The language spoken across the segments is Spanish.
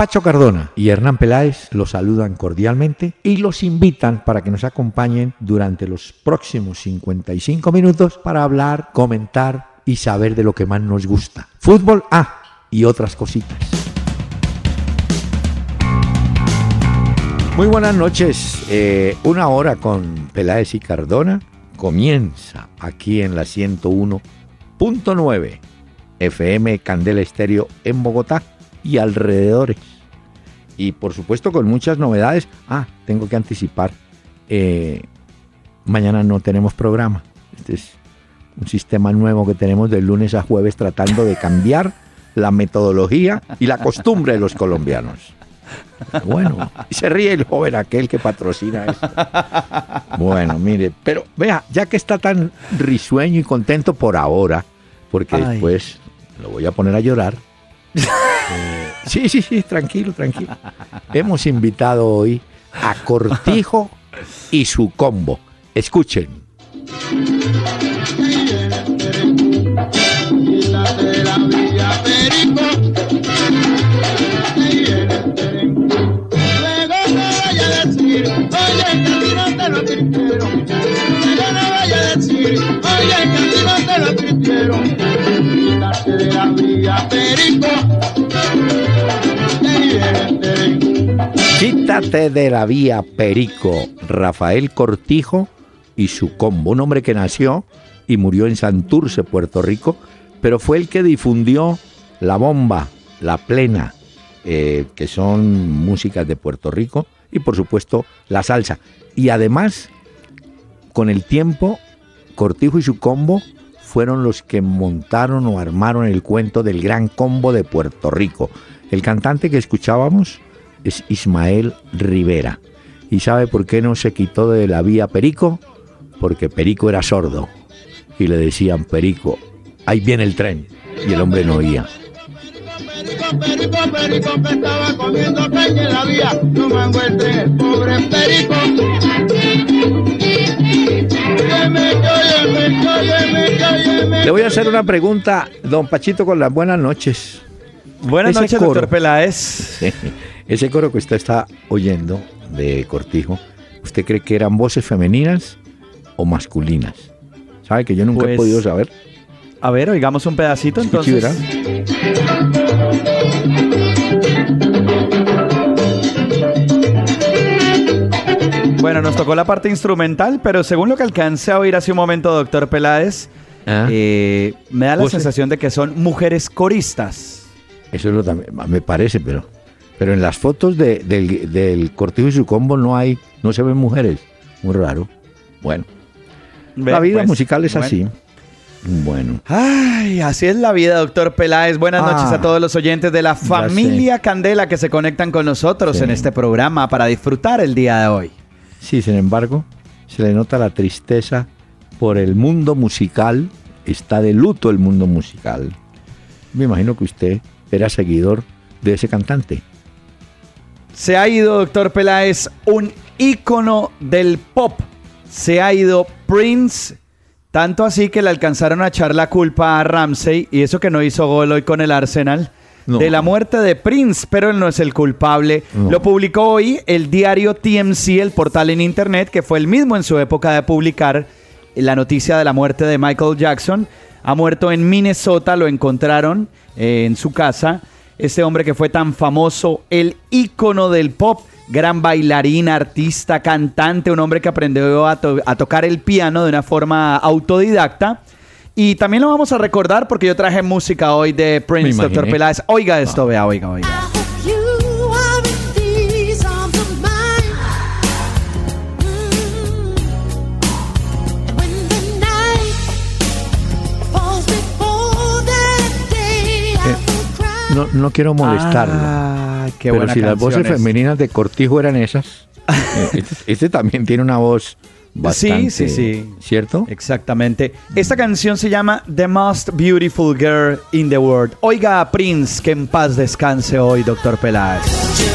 Pacho Cardona y Hernán Peláez los saludan cordialmente y los invitan para que nos acompañen durante los próximos 55 minutos para hablar, comentar y saber de lo que más nos gusta. Fútbol, y otras cositas. Muy buenas noches. Una hora con Peláez y Cardona comienza aquí en la 101.9 FM Candela Estéreo en Bogotá y alrededores. Y por supuesto con muchas novedades. Tengo que anticipar. Mañana no tenemos programa. Este es un sistema nuevo que tenemos de lunes a jueves tratando de cambiar la metodología y la costumbre de los colombianos. Bueno, se ríe el joven aquel que patrocina esto. Bueno, mire, pero vea, ya que está tan risueño y contento por ahora, porque después lo voy a poner a llorar. Sí, tranquilo. Hemos invitado hoy a Cortijo y su combo. Escuchen. Quítate de la vía, Perico. Rafael Cortijo y su combo, un hombre que nació y murió en Santurce, Puerto Rico, pero fue el que difundió la bomba, la plena, que son músicas de Puerto Rico, y por supuesto la salsa. Y además, con el tiempo, Cortijo y su combo fueron los que montaron o armaron el cuento del gran combo de Puerto Rico. El cantante que escuchábamos es Ismael Rivera. ¿Y sabe por qué no se quitó de la vía Perico? Porque Perico era sordo y le decían: Perico, ahí viene el tren, y el hombre no oía. Perico, que estaba comiendo caña en la vía, no mango el tren, el pobre Perico. Le voy a hacer una pregunta, don Pachito, con las buenas noches. Buenas noches, doctor Peláez. Ese coro que usted está oyendo de Cortijo, ¿usted cree que eran voces femeninas o masculinas? ¿Sabe que yo nunca he podido saber? A ver, oigamos un pedacito entonces. Bueno, nos tocó la parte instrumental, pero según lo que alcancé a oír hace un momento, doctor Peláez, me da la sensación de que son mujeres coristas. Eso es lo que me parece, pero en las fotos del Cortijo y su combo no se ven mujeres. Muy raro. Bueno, la vida musical es así. Bueno. Ay, así es la vida, doctor Peláez. Buenas noches a todos los oyentes de la familia Candela que se conectan con nosotros en este programa para disfrutar el día de hoy. Sí, sin embargo, se le nota la tristeza por el mundo musical. Está de luto el mundo musical. Me imagino que usted era seguidor de ese cantante. Se ha ido, doctor Peláez, un ícono del pop. Se ha ido Prince, tanto así que le alcanzaron a echar la culpa a Ramsey, y eso que no hizo gol hoy con el Arsenal, de la muerte de Prince, pero él no es el culpable. Lo publicó hoy el diario TMZ, el portal en internet, que fue el mismo en su época de publicar la noticia de la muerte de Michael Jackson. Ha muerto en Minnesota, lo encontraron en su casa. Este hombre que fue tan famoso, el ícono del pop, gran bailarín, artista, cantante, un hombre que aprendió a tocar el piano de una forma autodidacta. Y también lo vamos a recordar porque yo traje música hoy de Prince, doctor Peláez. Oiga esto, vea, oiga. No quiero molestarlo. Qué pero buena si las voces femeninas de Cortijo eran esas, este también tiene una voz bastante, sí. ¿cierto? Exactamente. Esta canción se llama The Most Beautiful Girl in the World. Oiga a Prince, que en paz descanse hoy, doctor Peláez.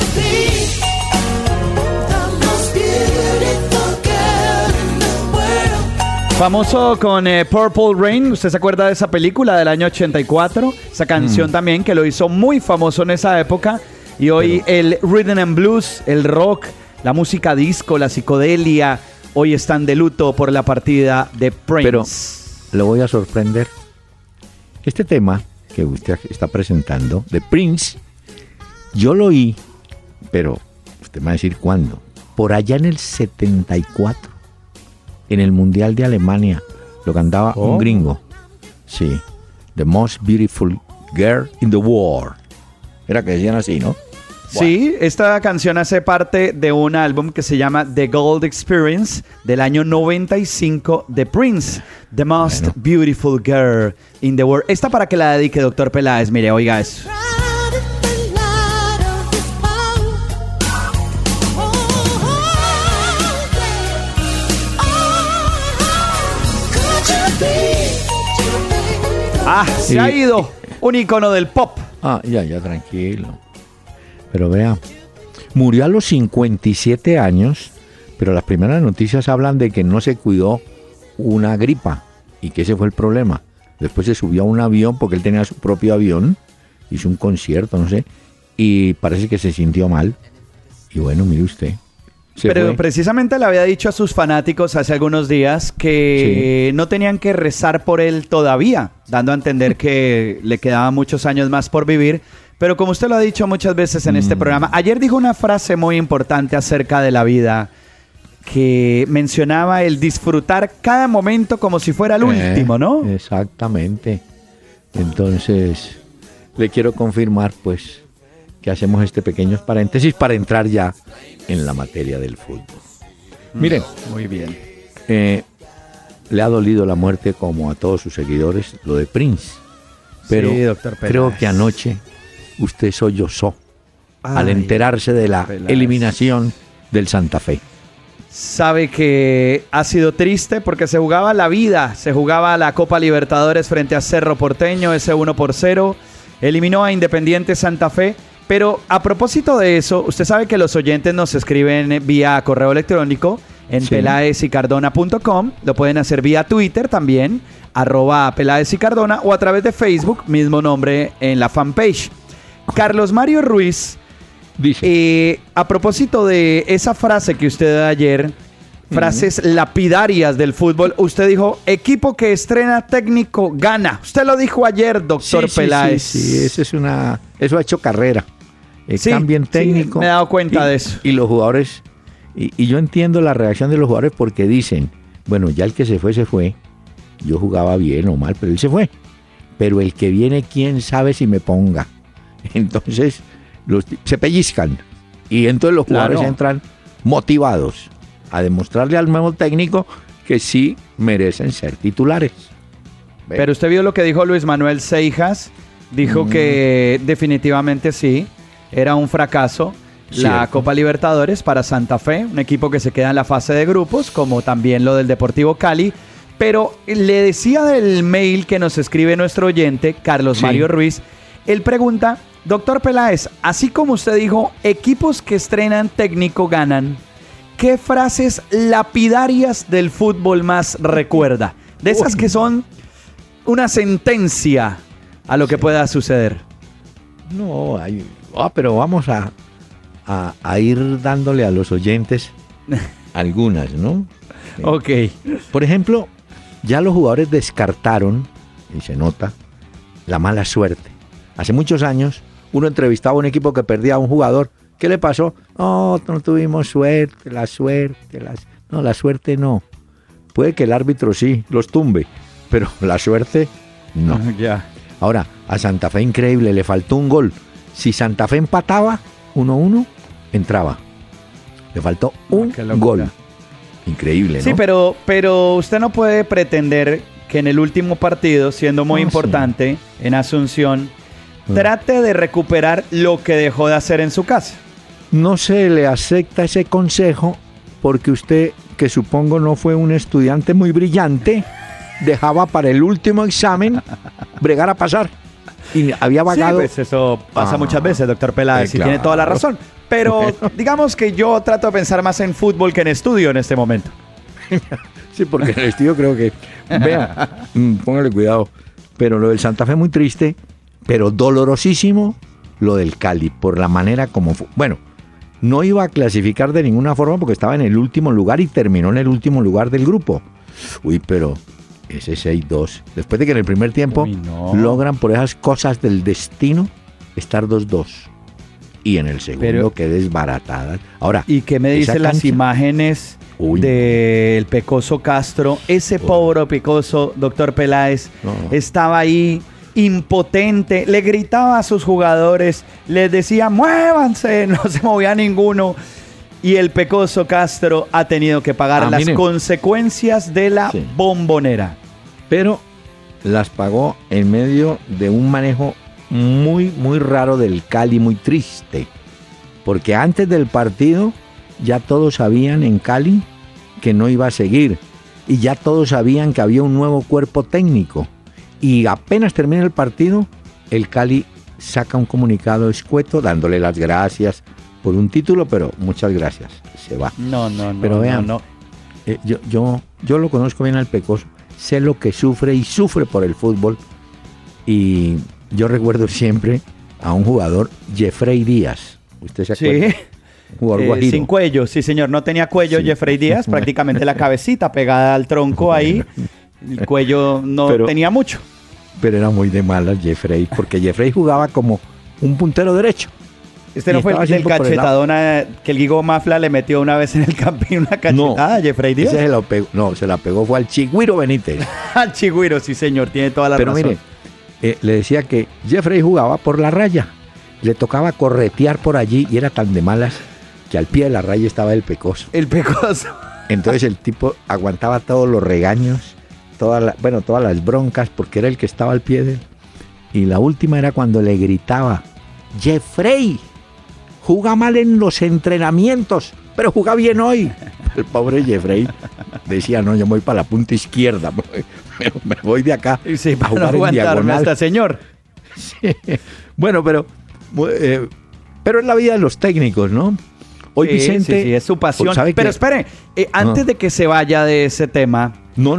Famoso con Purple Rain. ¿Usted se acuerda de esa película del año 84? Esa canción también que lo hizo muy famoso en esa época. Y hoy el rhythm and blues, el rock, la música disco, la psicodelia, hoy están de luto por la partida de Prince. Pero lo voy a sorprender. Este tema que usted está presentando, de Prince, yo lo oí, pero usted me va a decir cuándo. Por allá en el 74, en el Mundial de Alemania, lo cantaba un gringo. Sí, The Most Beautiful Girl in the World. Era que decían así, ¿no? Sí, esta canción hace parte de un álbum que se llama The Gold Experience del año 95 de Prince, The Most Beautiful Girl in the World. Esta para que la dedique, doctor Peláez. Mire, oiga eso. Se ha ido un ícono del pop. Ya, tranquilo. Pero vea, murió a los 57 años, pero las primeras noticias hablan de que no se cuidó una gripa y que ese fue el problema. Después se subió a un avión porque él tenía su propio avión, hizo un concierto, no sé, y parece que se sintió mal. Y bueno, mire usted. Pero precisamente le había dicho a sus fanáticos hace algunos días que no tenían que rezar por él todavía, dando a entender que le quedaban muchos años más por vivir. Pero como usted lo ha dicho muchas veces en este programa, ayer dijo una frase muy importante acerca de la vida, que mencionaba el disfrutar cada momento como si fuera el último, ¿no? Exactamente. Entonces, le quiero confirmar, pues, que hacemos este pequeño paréntesis para entrar ya en la materia del fútbol. Miren, muy bien. Le ha dolido la muerte, como a todos sus seguidores, lo de Prince. Pero sí, doctor Peláez, creo que anoche usted sollozó al enterarse de la eliminación del Santa Fe. Sabe que ha sido triste porque se jugaba la vida, se jugaba la Copa Libertadores frente a Cerro Porteño, ese 1-0, eliminó a Independiente Santa Fe. Pero a propósito de eso, usted sabe que los oyentes nos escriben vía correo electrónico en pelaezycardona.com, lo pueden hacer vía Twitter también, @pelaezycardona, o a través de Facebook, mismo nombre en la fanpage. Carlos Mario Ruiz dice, a propósito de esa frase que usted dio ayer, frases lapidarias del fútbol, usted dijo, equipo que estrena técnico gana. Usted lo dijo ayer, doctor Peláez. Sí, eso ha hecho carrera. Cambien técnico. Me he dado cuenta de eso. Y los jugadores, y yo entiendo la reacción de los jugadores porque dicen, bueno, ya el que se fue. Yo jugaba bien o mal, pero él se fue. Pero el que viene, quién sabe si me ponga. Entonces, se pellizcan. Y entonces los jugadores entran motivados a demostrarle al nuevo técnico que sí merecen ser titulares. Pero usted vio lo que dijo Luis Manuel Seijas. Dijo que definitivamente sí, era un fracaso la Copa Libertadores para Santa Fe, un equipo que se queda en la fase de grupos, como también lo del Deportivo Cali. Pero le decía del mail que nos escribe nuestro oyente, Carlos Mario Ruiz, él pregunta, doctor Peláez, así como usted dijo, equipos que estrenan técnico ganan, ¿qué frases lapidarias del fútbol más recuerda? De esas que son una sentencia a lo que pueda suceder. No, pero vamos a ir dándole a los oyentes algunas, ¿no? Ok. Por ejemplo, ya los jugadores descartaron, y se nota, la mala suerte. Hace muchos años, uno entrevistaba a un equipo que perdía a un jugador. ¿Qué le pasó? No tuvimos suerte, la suerte no. Puede que el árbitro sí los tumbe, pero la suerte no. Ahora, a Santa Fe increíble, le faltó un gol. Si Santa Fe empataba 1-1, entraba. Le faltó un gol. Increíble, ¿no? Sí, pero usted no puede pretender que en el último partido, siendo muy importante, en Asunción, trate de recuperar lo que dejó de hacer en su casa. No se le acepta ese consejo porque usted, que supongo no fue un estudiante muy brillante, dejaba para el último examen bregar a pasar. Y había vagado. Sí, pues eso pasa muchas veces, doctor Peláez, y tiene toda la razón. Pero digamos que yo trato de pensar más en fútbol que en estudio en este momento. Sí, porque en el estudio creo que... Vea, póngale cuidado. Pero lo del Santa Fe muy triste, pero dolorosísimo, lo del Cali, por la manera como fue. Bueno, no iba a clasificar de ninguna forma porque estaba en el último lugar y terminó en el último lugar del grupo. Uy, pero ese 6-2, después de que en el primer tiempo logran por esas cosas del destino estar 2-2. Y en el segundo qué desbaratada. Ahora, ¿y qué me dicen las imágenes del Pecoso Castro? Ese pobre Pecoso, doctor Peláez, estaba ahí impotente, le gritaba a sus jugadores, les decía, muévanse, no se movía ninguno. Y el Pecoso Castro ha tenido que pagar las consecuencias de la Bombonera. Pero las pagó en medio de un manejo muy, muy raro del Cali, muy triste. Porque antes del partido ya todos sabían en Cali que no iba a seguir. Y ya todos sabían que había un nuevo cuerpo técnico. Y apenas termina el partido, el Cali saca un comunicado escueto dándole las gracias por un título, pero muchas gracias, se va. No. Pero vean, yo lo conozco bien al Pecoso, sé lo que sufre y sufre por el fútbol. Y yo recuerdo siempre a un jugador, Jeffrey Díaz. ¿Usted se acuerda? Sí. Jugador guajiro. Sin cuello, sí señor, no tenía cuello Jeffrey Díaz, prácticamente la cabecita pegada al tronco ahí. El cuello no tenía mucho. Pero era muy de malas Jeffrey, porque Jeffrey jugaba como un puntero derecho. Este no fue el del cachetadona que el Guigo Mafla le metió una vez en el campín una cachetada a Jeffrey Díaz. Se la pegó fue al Chigüiro Benítez. Al Chigüiro, sí señor, tiene toda la razón. Pero mire, le decía que Jeffrey jugaba por la raya. Le tocaba corretear por allí y era tan de malas que al pie de la raya estaba el Pecoso. El Pecoso. Entonces el tipo aguantaba todos los regaños, todas las broncas, porque era el que estaba al pie de él. Y la última era cuando le gritaba, Jeffrey, juega mal en los entrenamientos, pero juega bien hoy. El pobre Jeffrey decía, no, yo me voy para la punta izquierda, me voy de acá a jugar en diagonal. Hasta señor. Sí. Bueno, pero es la vida de los técnicos, ¿no? Hoy Vicente... Sí, es su pasión. Pero espere, antes de que se vaya de ese tema...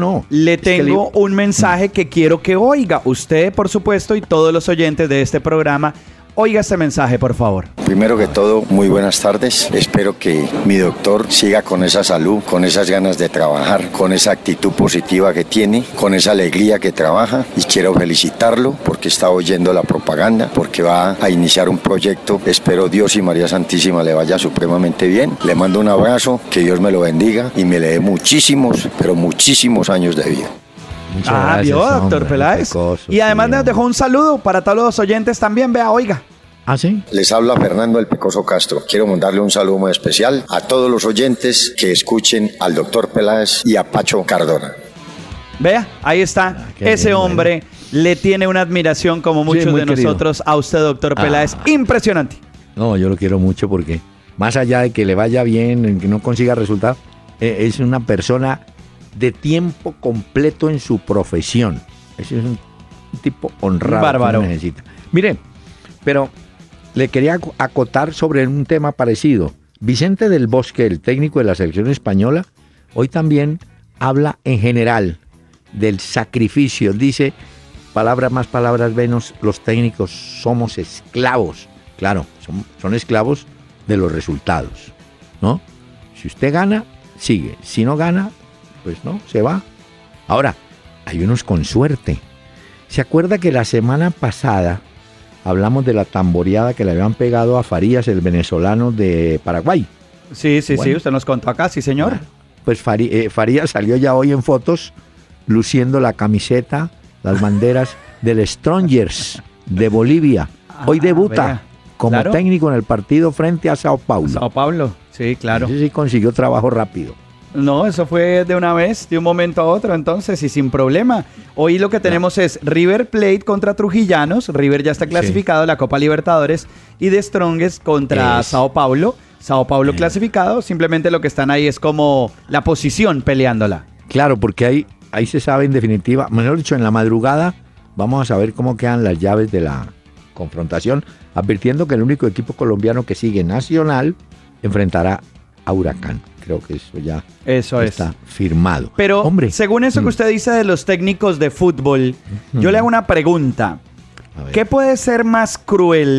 Le tengo un mensaje que quiero que oiga. Usted, por supuesto, y todos los oyentes de este programa... Oiga este mensaje, por favor. Primero que todo, muy buenas tardes. Espero que mi doctor siga con esa salud, con esas ganas de trabajar, con esa actitud positiva que tiene, con esa alegría que trabaja. Y quiero felicitarlo porque está oyendo la propaganda, porque va a iniciar un proyecto. Espero Dios y María Santísima le vaya supremamente bien. Le mando un abrazo, que Dios me lo bendiga y me le dé muchísimos, pero muchísimos años de vida. Muchas gracias, vio, doctor Peláez. Y además nos dejó un saludo para todos los oyentes también. Vea, oiga. ¿Ah, sí? Les habla Fernando el Pecoso Castro. Quiero mandarle un saludo muy especial a todos los oyentes que escuchen al doctor Peláez y a Pacho Cardona. Vea, ahí está. Ese hombre le tiene una admiración como muchos de nosotros a usted, doctor Peláez. Impresionante. No, yo lo quiero mucho porque más allá de que le vaya bien, que no consiga resultados, es una persona de tiempo completo en su profesión. Ese es un tipo honrado. Bárbaro. Que necesita. Mire, pero le quería acotar sobre un tema parecido. Vicente del Bosque, el técnico de la selección española, hoy también habla en general del sacrificio. Dice, palabras más, palabras menos, los técnicos somos esclavos. Claro, son esclavos de los resultados, ¿no? Si usted gana, sigue. Si no gana, pues no, se va. Ahora, hay unos con suerte. ¿Se acuerda que la semana pasada hablamos de la tamboreada que le habían pegado a Farías, el venezolano de Paraguay? Sí, usted nos contó acá, sí señor. Bueno, pues Farías salió ya hoy en fotos luciendo la camiseta, las banderas del Strongers de Bolivia. Hoy debuta como técnico en el partido frente a Sao Paulo. Sao Paulo, sí, claro. Ese sí consiguió trabajo rápido. No, eso fue de una vez, de un momento a otro, entonces, y sin problema. Hoy lo que tenemos es River Plate contra Trujillanos. River ya está clasificado a la Copa Libertadores. Y The Strongest contra Sao Paulo. Sao Paulo clasificado. Simplemente lo que están ahí es como la posición peleándola. Claro, porque ahí se sabe en definitiva, mejor dicho, en la madrugada vamos a saber cómo quedan las llaves de la confrontación, advirtiendo que el único equipo colombiano que sigue, Nacional, enfrentará a Huracán. Creo que eso está firmado. Pero, hombre, según eso que usted dice de los técnicos de fútbol, yo le hago una pregunta. ¿Qué puede ser más cruel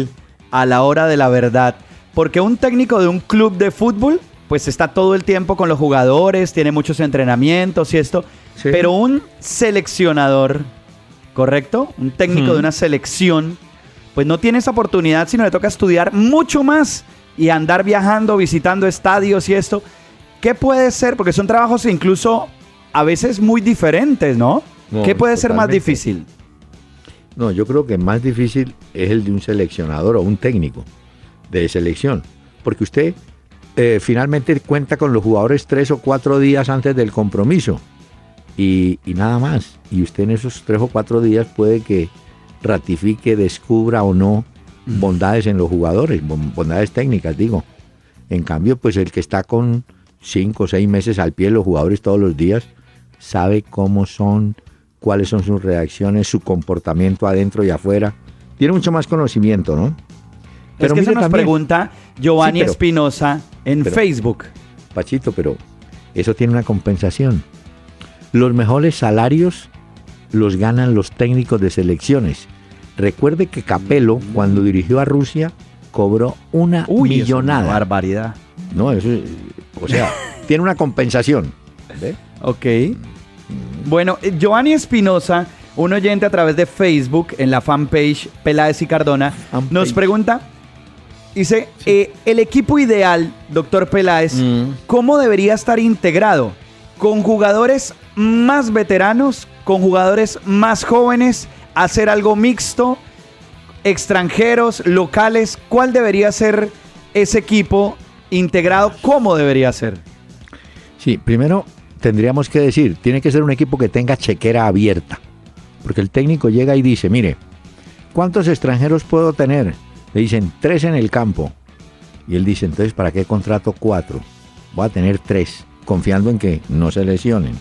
a la hora de la verdad? Porque un técnico de un club de fútbol, pues está todo el tiempo con los jugadores, tiene muchos entrenamientos y esto, Sí. pero un seleccionador, ¿correcto? Un técnico de una selección, pues no tiene esa oportunidad, sino le toca estudiar mucho más y andar viajando, visitando estadios y esto. ¿Qué puede ser? Porque son trabajos incluso a veces muy diferentes, ¿no? No, ¿Qué puede ser más totalmente. difícil? No, yo creo que más difícil es el de un seleccionador o un técnico de selección, porque usted finalmente cuenta con los jugadores 3 o 4 días antes del compromiso y nada más. Y usted en esos 3 o 4 días puede que ratifique, descubra o no bondades en los jugadores, bondades técnicas, digo. En cambio, pues el que está con 5 o 6 meses al pie de los jugadores todos los días, sabe cómo son, cuáles son sus reacciones, su comportamiento adentro y afuera. Tiene mucho más conocimiento, ¿no? Es que eso mire nos también, pregunta Giovanni Sí, pero- Espinosa en pero- Facebook. Pachito, pero eso tiene una compensación. Los mejores salarios los ganan los técnicos de selecciones. Recuerde que Capello, cuando dirigió a Rusia, cobró una Uy, es una millonada. barbaridad. No, eso, o sea, tiene una compensación. ¿Ve? Ok. Bueno, Giovanni Espinosa, un oyente a través de Facebook en la fanpage Peláez y Cardona, Fanpage. nos pregunta, dice, el equipo ideal, doctor Peláez, ¿cómo debería estar integrado? ¿Con jugadores más veteranos? ¿Con jugadores más jóvenes? ¿Hacer algo mixto? ¿Extranjeros? ¿Locales? ¿Cuál debería ser ese equipo integrado? ¿Cómo debería ser? Sí, primero tendríamos que decir, tiene que ser un equipo que tenga chequera abierta. Porque el técnico llega y dice, mire, ¿cuántos extranjeros puedo tener? Le dicen 3 en el campo. Y él dice, entonces, ¿para qué contrato 4? Voy a tener 3, confiando en que no se lesionen.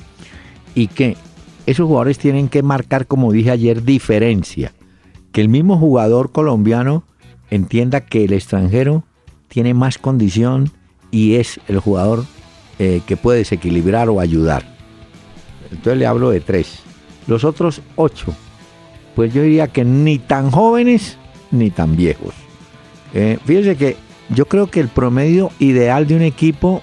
Y que esos jugadores tienen que marcar, como dije ayer, diferencia. Que el mismo jugador colombiano entienda que el extranjero tiene más condición y es el jugador que puede desequilibrar o ayudar. Entonces le hablo de 3. Los otros 8, pues yo diría que ni tan jóvenes ni tan viejos. Fíjese que yo creo que el promedio ideal de un equipo,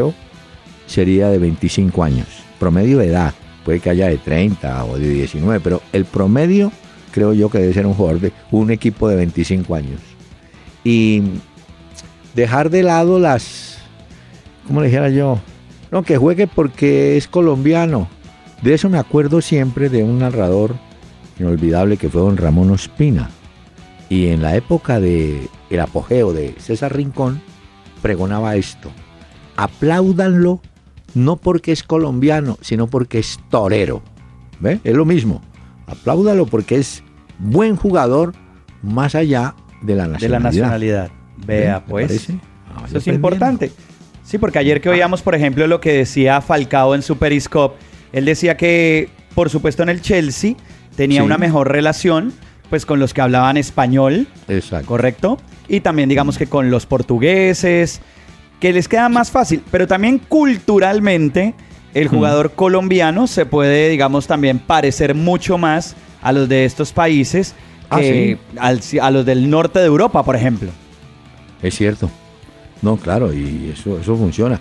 sería de 25 años. Promedio de edad. Puede que haya de 30 o de 19, pero el promedio creo yo que debe ser un jugador de un equipo de 25 años. Y dejar de lado ¿cómo le dijera yo? No, que juegue porque es colombiano. De eso me acuerdo siempre de un narrador inolvidable que fue don Ramón Ospina. Y en la época del apogeo de César Rincón, pregonaba esto: apláudanlo no porque es colombiano, sino porque es torero. ¿Ve? Es lo mismo. Apláudalo porque es buen jugador más allá de la nacionalidad. De la nacionalidad. Vea, ¿Te pues. parece? Eso es aprendiendo. importante. Sí, porque ayer que oíamos, por ejemplo, lo que decía Falcao en su Periscope, él decía que, por supuesto, en el Chelsea tenía Sí. una mejor relación pues con los que hablaban español, Exacto. ¿correcto? Y también digamos que con los portugueses, que les queda más fácil, pero también culturalmente el jugador colombiano se puede, digamos, también parecer mucho más a los de estos países que a los del norte de Europa, por ejemplo. Es cierto. No, claro, y eso funciona.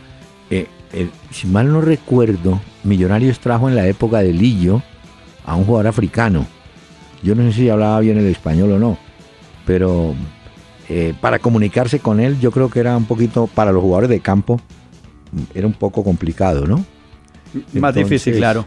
Si mal no recuerdo, Millonarios trajo en la época de Lillo a un jugador africano. Yo no sé si hablaba bien el español o no, pero para comunicarse con él yo creo que era un poquito, para los jugadores de campo, era un poco complicado, ¿no? Más difícil, Entonces, claro.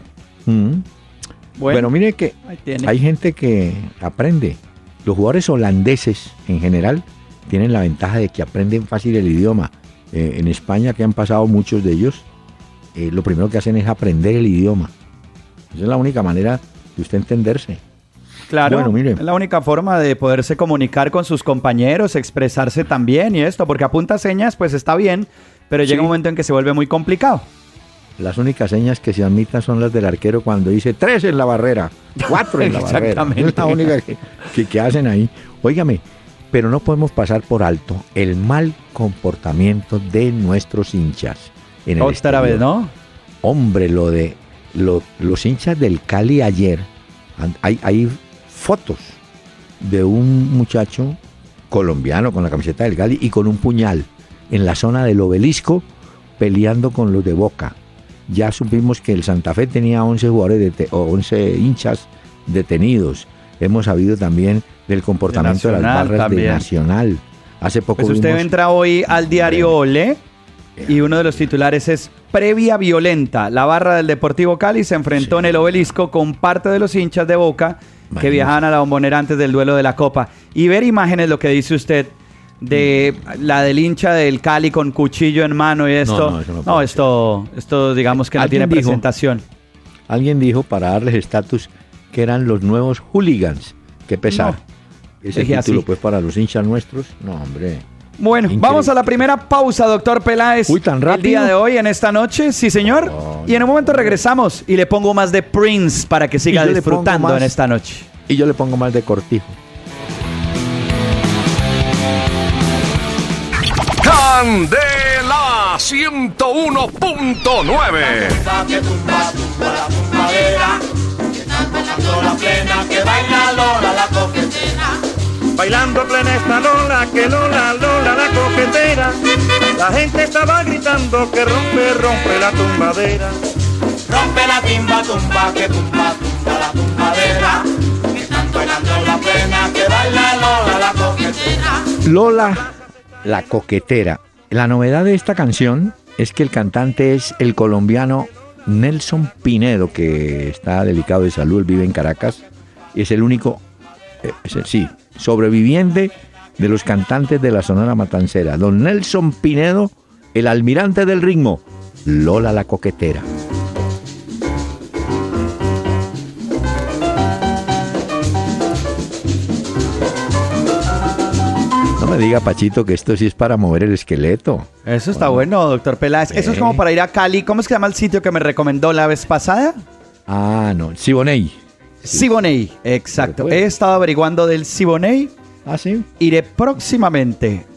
Bueno, mire que ahí tiene. hay gente que aprende. Los jugadores holandeses en general tienen la ventaja de que aprenden fácil el idioma. En España, que han pasado muchos de ellos, lo primero que hacen es aprender el idioma. Esa es la única manera de usted entenderse. Claro, Bueno, mire. es la única forma de poderse comunicar con sus compañeros, expresarse también y esto, porque a punta señas pues está bien, pero llega Sí. un momento en que se vuelve muy complicado. Las únicas señas que se admitan son las del arquero cuando dice 3 en la barrera, 4 en la barrera. Exactamente. Es la única que hacen ahí. Óigame, pero no podemos pasar por alto el mal comportamiento de nuestros hinchas en el Otra exterior. vez, ¿no? Hombre, los hinchas del Cali ayer, hay fotos de un muchacho colombiano con la camiseta del Cali y con un puñal en la zona del Obelisco peleando con los de Boca. Ya supimos que el Santa Fe tenía 11 jugadores 11 hinchas detenidos. Hemos sabido también del comportamiento de las barras también de Nacional. Hace poco pues usted entra hoy al diario Olé y uno de los titulares es previa violenta. La barra del Deportivo Cali se enfrentó en el Obelisco con parte de los hinchas de Boca que viajaban a la Bombonera antes del duelo de la Copa. Y ver imágenes, lo que dice usted, de la del hincha del Cali con cuchillo en mano y esto. Esto digamos que no tiene presentación. Alguien dijo, para darles estatus, que eran los nuevos hooligans. Qué pesar. Ese título, así, pues, para los hinchas nuestros. No, hombre. Bueno, increíble. Vamos a la primera pausa, doctor Peláez. Uy, tan rápido. El día de hoy, en esta noche, sí, señor. Y en un momento regresamos y le pongo más de Prince para que siga disfrutando en esta noche. Y yo le pongo más de Cortijo. Candela 101.9. Bailando plena esta Lola, que Lola, Lola la coquetera. La gente estaba gritando que rompe, rompe la tumbadera. Rompe la timba, tumba, que tumba, tumba la tumbadera. Que están bailando la plena, que baila Lola la coquetera. Lola la coquetera. La novedad de esta canción es que el cantante es el colombiano Nelson Pinedo, que está delicado de salud, él vive en Caracas y es el único, sobreviviente de los cantantes de la Sonora Matancera. Don Nelson Pinedo, el almirante del ritmo, Lola la coquetera. No me diga, Pachito, que esto sí es para mover el esqueleto. Eso está bueno, doctor Peláez. Eso es como para ir a Cali. ¿Cómo es que se llama el sitio que me recomendó la vez pasada? Ah, no, Siboney. Siboney, exacto. He estado averiguando del Siboney. Ah, sí. Iré próximamente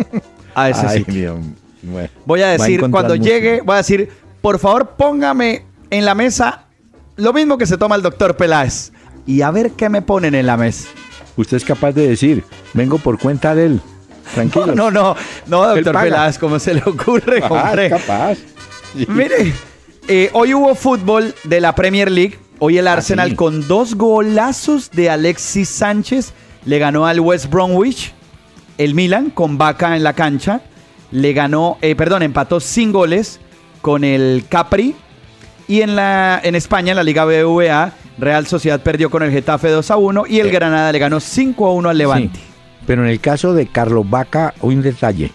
a ese sitio. Bueno, voy a decir, cuando llegue, voy a decir, por favor, póngame en la mesa lo mismo que se toma el doctor Peláez. Y a ver qué me ponen en la mesa. Usted es capaz de decir, vengo por cuenta de él. Tranquilo. No, doctor Peláez, ¿cómo se le ocurre? Es capaz. Sí. Mire, hoy hubo fútbol de la Premier League. Hoy el Arsenal con 2 golazos de Alexis Sánchez le ganó al West Bromwich. El Milan con Vaca en la cancha le ganó, empató sin goles con el Capri. Y en España, en la Liga BBVA, Real Sociedad perdió con el Getafe 2-1 y el Granada le ganó 5-1 al Levante. Sí, pero en el caso de Carlos Vaca, un detalle.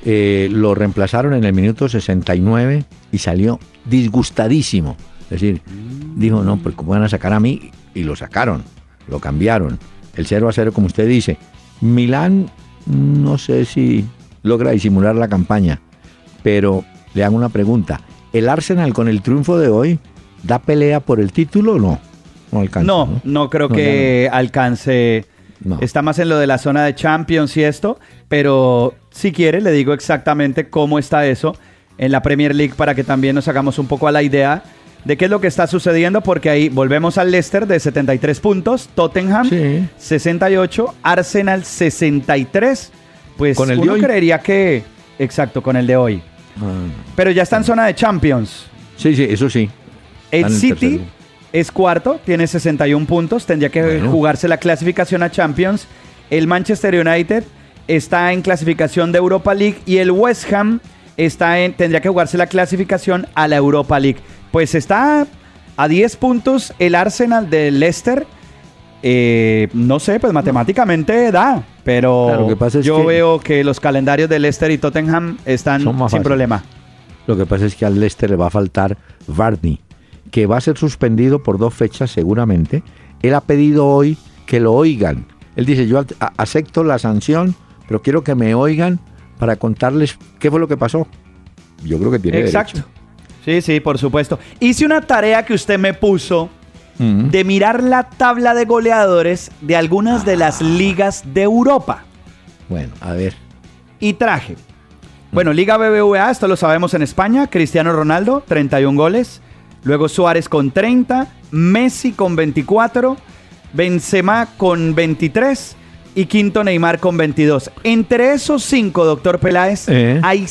Lo reemplazaron en el minuto 69 y salió disgustadísimo. Es decir, dijo, no, pues ¿cómo van a sacar a mí? Y lo sacaron, lo cambiaron. El 0-0, como usted dice. Milán, no sé si logra disimular la campaña, pero le hago una pregunta. ¿El Arsenal con el triunfo de hoy da pelea por el título o no? No alcanza. No creo que alcance. No. Está más en lo de la zona de Champions y esto, pero si quiere le digo exactamente cómo está eso en la Premier League para que también nos hagamos un poco a la idea de qué es lo que está sucediendo, porque ahí volvemos al Leicester de 73 puntos, Tottenham 68, Arsenal 63. Pues con el uno creería que... Exacto, con el de hoy. Pero ya está en zona de Champions. Sí, eso sí. El City es cuarto, tiene 61 puntos, tendría que jugarse la clasificación a Champions. El Manchester United está en clasificación de Europa League y el West Ham tendría que jugarse la clasificación a la Europa League. Pues está a 10 puntos el Arsenal de Leicester. No sé, pues matemáticamente da, pero claro, lo que pasa es yo veo que los calendarios de Leicester y Tottenham están sin problema. Lo que pasa es que al Leicester le va a faltar Vardy, que va a ser suspendido por 2 fechas seguramente. Él ha pedido hoy que lo oigan. Él dice, yo acepto la sanción, pero quiero que me oigan para contarles qué fue lo que pasó. Yo creo que tiene derecho. Sí, por supuesto. Hice una tarea que usted me puso de mirar la tabla de goleadores de algunas de las ligas de Europa. Bueno, a ver. Y traje. Bueno, Liga BBVA, esto lo sabemos en España. Cristiano Ronaldo, 31 goles. Luego Suárez con 30. Messi con 24. Benzema con 23. y quinto Neymar con 22. Entre esos 5, doctor Peláez, hay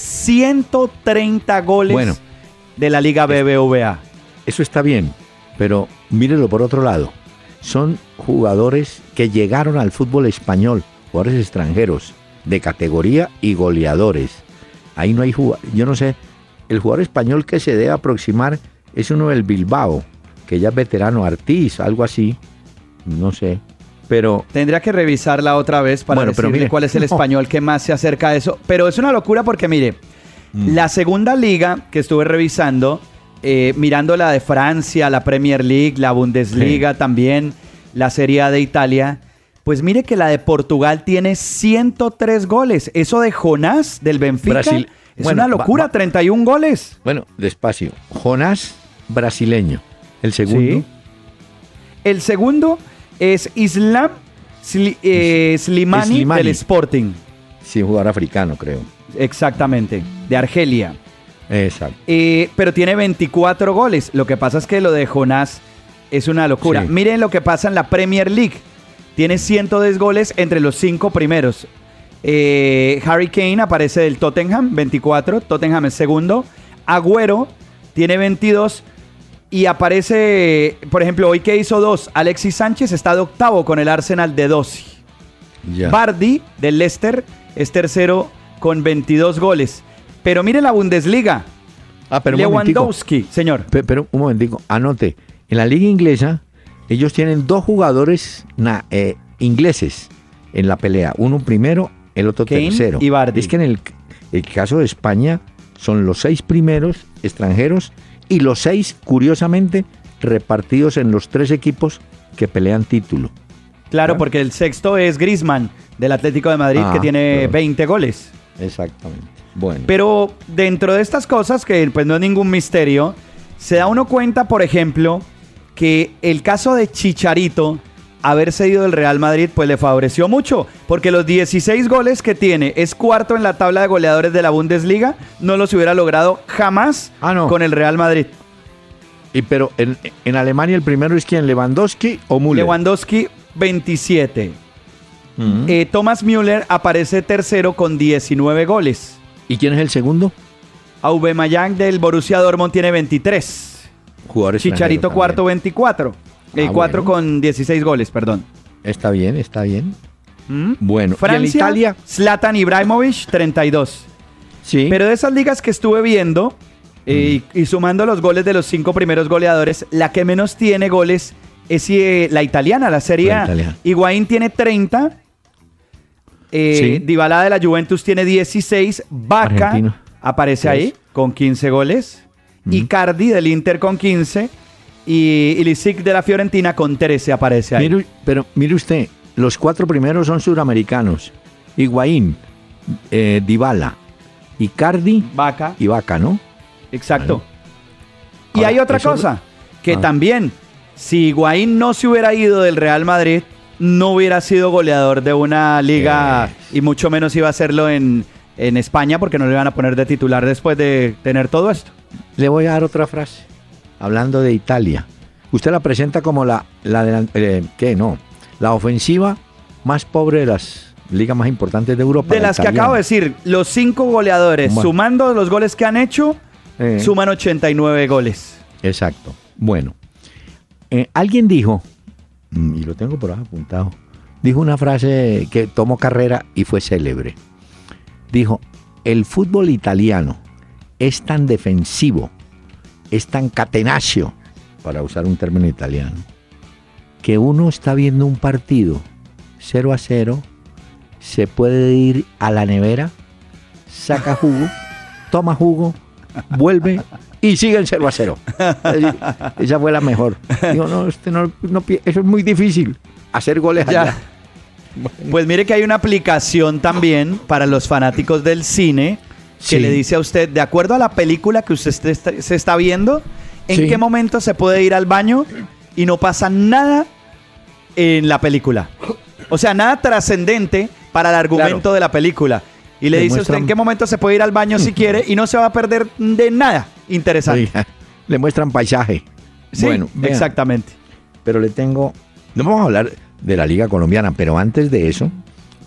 130 goles de la Liga BBVA. Eso está bien, pero mírelo por otro lado. Son jugadores que llegaron al fútbol español, jugadores extranjeros, de categoría y goleadores. Ahí no hay jugador, yo no sé, el jugador español que se debe aproximar es uno del Bilbao, que ya es veterano, Artiz, algo así, no sé, pero... Tendría que revisarla otra vez para decirle mire, cuál es el español que más se acerca a eso, pero es una locura porque mire, la segunda liga que estuve revisando, mirando la de Francia, la Premier League, la Bundesliga también, la Serie A de Italia, pues mire que la de Portugal tiene 103 goles. Eso de Jonás del Benfica es una locura, 31 goles. Bueno, despacio. Jonás, brasileño. ¿El segundo? Sí. El segundo es Islam Slimani del Sporting. Sí, un jugador africano, creo. Exactamente, de Argelia. Exacto. Pero tiene 24 goles. Lo que pasa es que lo de Jonás es una locura. Sí. Miren lo que pasa en la Premier League. Tiene 110 goles entre los 5 primeros. Harry Kane aparece del Tottenham, 24. Tottenham es segundo. Agüero tiene 22. Y aparece, por ejemplo, hoy que hizo 2, Alexis Sánchez está de octavo con el Arsenal de 12. Yeah. Vardy del Leicester es tercero con 22 goles. Pero mire la Bundesliga. Pero Lewandowski, señor. Pero un momentico, anote. En la liga inglesa, ellos tienen 2 jugadores ingleses en la pelea. Uno primero, el otro Kane tercero. Y Vardy. Es que en el caso de España, son los 6 primeros extranjeros y los 6, curiosamente, repartidos en los 3 equipos que pelean título. Claro, porque el sexto es Griezmann, del Atlético de Madrid, que tiene 20 goles. Exactamente. Bueno. Pero dentro de estas cosas, que pues no es ningún misterio, se da uno cuenta, por ejemplo, que el caso de Chicharito, haber cedido del Real Madrid, pues le favoreció mucho, porque los 16 goles que tiene, es cuarto en la tabla de goleadores de la Bundesliga, no los hubiera logrado jamás con el Real Madrid. Pero en Alemania el primero es ¿quién? ¿Lewandowski o Müller? Lewandowski, 27. Thomas Müller aparece tercero con 19 goles. ¿Y quién es el segundo? Aubameyang del Borussia Dortmund tiene 23. Jugadores Chicharito cuarto, 24. El 4 con 16 goles, perdón. Está bien, está bien. Bueno, Francia, ¿y en Italia? Zlatan Ibrahimovic, 32. Sí. Pero de esas ligas que estuve viendo, y sumando los goles de los 5 primeros goleadores, la que menos tiene goles es la italiana, la Serie A. Higuaín tiene 30. Dybala de la Juventus tiene 16. Vaca aparece ahí con 15 goles. Icardi del Inter con 15. Y Ilicic de la Fiorentina con 13 aparece ahí. Pero mire usted, los 4 primeros son suramericanos. Higuaín, Dybala, Icardi y Vaca, ¿no? Exacto. Bueno. Y hay otra cosa, que también, si Higuaín no se hubiera ido del Real Madrid, no hubiera sido goleador de una liga y mucho menos iba a hacerlo en España, porque no le iban a poner de titular después de tener todo esto. Le voy a dar otra frase. Hablando de Italia, usted la presenta como la ofensiva más pobre de las ligas más importantes de Europa. De las que acabo de decir, los 5 goleadores, sumando los goles que han hecho, suman 89 goles. Exacto. Bueno, alguien dijo, y lo tengo por ahí apuntado, dijo una frase que tomó carrera y fue célebre. Dijo, el fútbol italiano es tan defensivo, es tan catenaccio, para usar un término italiano, que uno está viendo un partido 0-0, se puede ir a la nevera, saca jugo, toma jugo, vuelve y sigue el 0-0. Esa fue la mejor. Digo, no, eso es muy difícil, hacer goles allá. Pues mire que hay una aplicación también para los fanáticos del cine que le dice a usted, de acuerdo a la película que usted se está viendo, en qué momento se puede ir al baño y no pasa nada en la película. O sea, nada trascendente para el argumento de la película. Y le dice a usted en qué momento se puede ir al baño si quiere y no se va a perder de nada interesante. Le muestran paisaje. Sí, bueno, exactamente. Pero no vamos a hablar de la Liga Colombiana, pero antes de eso,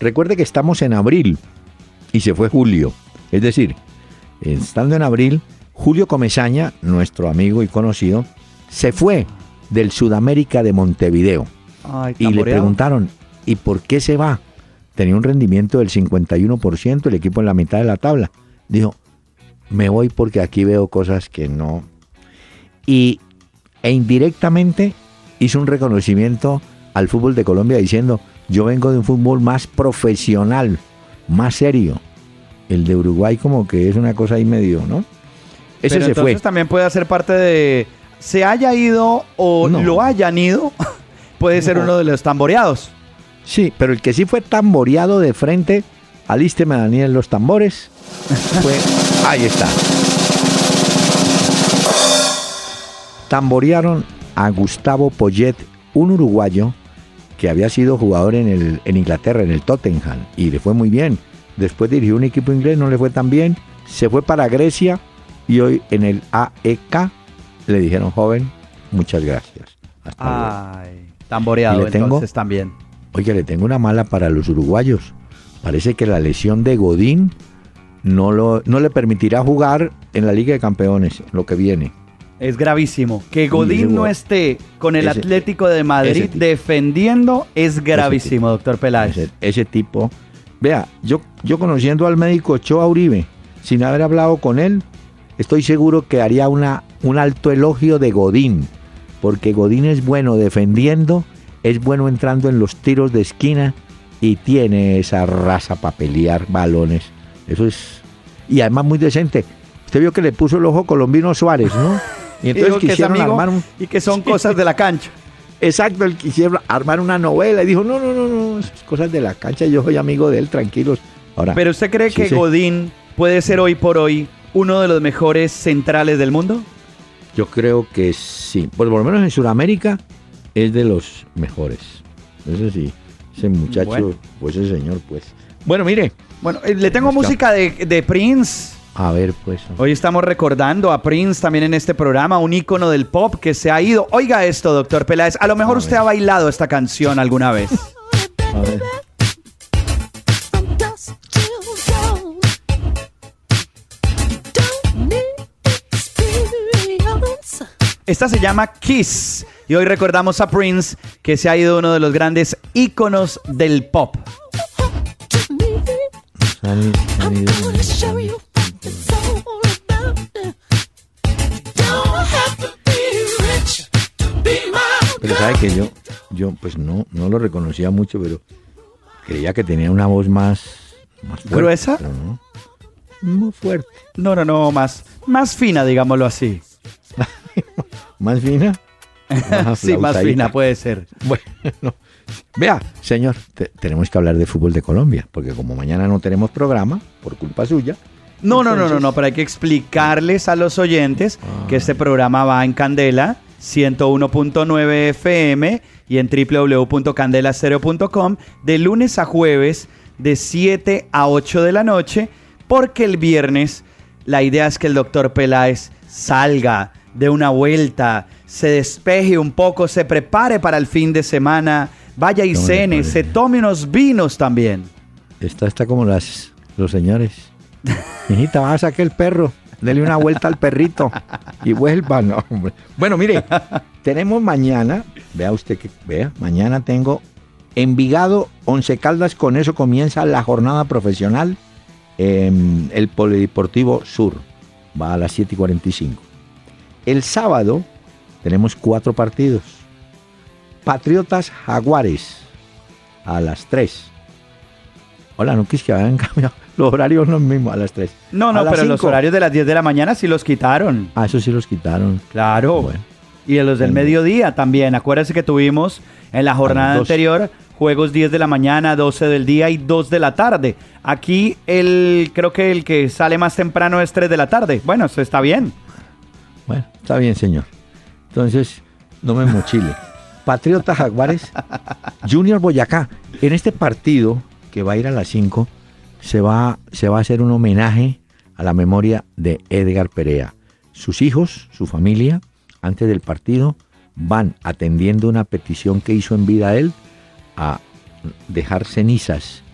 recuerde que estamos en abril y se fue julio. Es decir, estando en abril, Julio Comesaña, nuestro amigo y conocido, se fue del Sudamérica de Montevideo. Ay, Y le preguntaron, ¿y por qué se va? Tenía un rendimiento del 51%, el equipo en la mitad de la tabla. Dijo, me voy porque aquí veo cosas que no. E indirectamente hizo un reconocimiento al fútbol de Colombia diciendo, yo vengo de un fútbol más profesional, más serio. El de Uruguay como que es una cosa ahí medio, ¿no? Ese Pero se entonces fue. también puede hacer parte de... Se haya ido o No. lo hayan ido, puede ser No. uno de los tamboreados. Sí, pero el que sí fue tamboreado de frente, alísteme Daniel los tambores, fue, ahí está. Tamborearon a Gustavo Poyet, un uruguayo que había sido jugador en Inglaterra, en el Tottenham, y le fue muy bien. Después dirigió un equipo inglés, no le fue tan bien, se fue para Grecia y hoy en el AEK le dijeron, joven, muchas gracias. Hasta luego. Ay, tamboreado Y le tengo- entonces también. Oiga, le tengo una mala para los uruguayos. Parece que la lesión de Godín no le permitirá jugar en la Liga de Campeones, lo que viene. Es gravísimo. Que ese Godín no jugador- esté con el ese- Atlético de Madrid ese tipo. defendiendo es gravísimo, doctor Peláez. Ese tipo. Vea, yo conociendo al médico Ochoa Uribe, sin haber hablado con él, estoy seguro que haría un alto elogio de Godín, porque Godín es bueno defendiendo, es bueno entrando en los tiros de esquina y tiene esa raza para pelear balones. Eso es... Y además muy decente. Usted vio que le puso el ojo Colombino Suárez, ¿no? Y Y entonces dijo que es quisieron amigo armar un... y que son cosas de la cancha. Exacto, él quisieron armar una novela y dijo, no, es cosas de la cancha, yo soy amigo de él, tranquilos. Ahora, Pero ¿usted cree sí, que sí. Godín puede ser hoy por hoy uno de los mejores centrales del mundo? Yo creo que sí, pues por lo menos en Sudamérica es de los mejores. Eso sí, ese muchacho, Bueno. pues ese señor, pues. Bueno, mire, Bueno, le tengo música de Prince. a ver, pues. Hoy estamos recordando a Prince también en este programa, un ícono del pop que se ha ido. Oiga esto, doctor Peláez. A lo mejor A usted ver. ha bailado esta canción alguna vez. A ver. From dusk till dawn. Don't need experience. Esta se llama Kiss. Y hoy recordamos a Prince, que se ha ido uno de los grandes íconos del pop. To me, I'm gonna show you what it's all about. Don't have to be rich to be my Pero sabe que yo pues no lo reconocía mucho, pero creía que tenía una voz más fuerte. ¿Gruesa? Pero no, muy fuerte. No, más fina, digámoslo así. ¿Más fina? Sí, más aplausadita. fina puede ser. Bueno, vea, señor, tenemos que hablar de fútbol de Colombia, porque como mañana no tenemos programa, por culpa suya. No, entonces- pero hay que explicarles a los oyentes que este programa va en Candela 101.9 FM y en www.candelastereo.com de lunes a jueves de 7 a 8 de la noche, porque el viernes la idea es que el doctor Peláez salga de una vuelta, se despeje un poco, se prepare para el fin de semana, vaya y No me cene, parece. se tome unos vinos también. Está como los señores. Mijita, vas a sacar el perro, dele una vuelta al perrito y vuelva. No, hombre. Bueno, mire, tenemos mañana, mañana tengo Envigado, Once Caldas, con eso comienza la jornada profesional en el Polideportivo Sur, va a las 7:45. El sábado tenemos 4 partidos. Patriotas Jaguares a las 3. Hola, no quis que hayan cambiado los horarios los mismos a las 3. No, A las pero los 5. horarios de las 10 de la mañana sí los quitaron. Ah, eso sí los quitaron. Claro. Bueno. Y de los del Bueno. mediodía también. Acuérdense que tuvimos en la jornada 2. anterior juegos 10 de la mañana, 12 del día y 2 de la tarde. Aquí creo que el que sale más temprano es 3 de la tarde. Bueno, eso está bien. Bueno, está bien, señor. Entonces, no me mochile. Patriotas Jaguares, Junior Boyacá. En este partido, que va a ir a las 5, se va a hacer un homenaje a la memoria de Edgar Perea. Sus hijos, su familia, antes del partido, van atendiendo una petición que hizo en vida él a dejar cenizas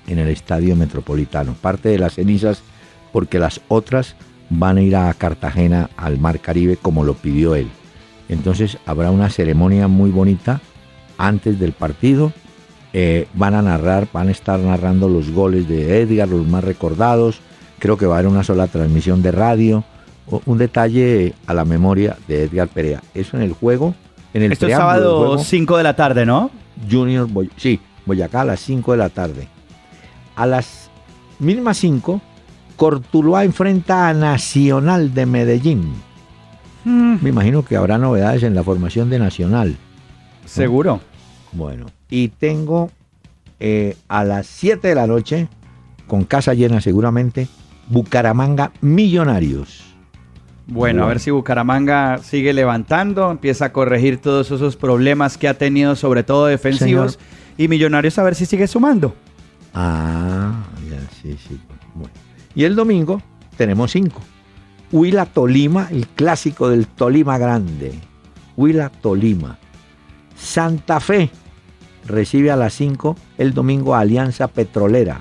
en el Estadio Metropolitano. Parte de las cenizas porque las otras van a ir a Cartagena, al Mar Caribe, como lo pidió él. Entonces habrá una ceremonia muy bonita antes del partido. Van a estar narrando los goles de Edgar, los más recordados. Creo que va a haber una sola transmisión de radio. Un detalle a la memoria de Edgar Perea. Eso en el juego, en el Esto es preámbulo del sábado juego, 5 de la tarde, ¿no? Junior Boyacá a las 5 de la tarde. A las mismas 5, Cortuluá enfrenta a Nacional de Medellín. Me imagino que habrá novedades en la formación de Nacional. Seguro. Bueno, y tengo a las 7 de la noche, con casa llena seguramente, Bucaramanga Millonarios. Bueno, a ver si Bucaramanga sigue levantando, empieza a corregir todos esos problemas que ha tenido, sobre todo defensivos. Señor. Y Millonarios a ver si sigue sumando. Ah, ya, sí. Bueno. Y el domingo tenemos 5. Huila Tolima, el clásico del Tolima Grande. Huila Tolima. Santa Fe recibe a las 5 el domingo a Alianza Petrolera.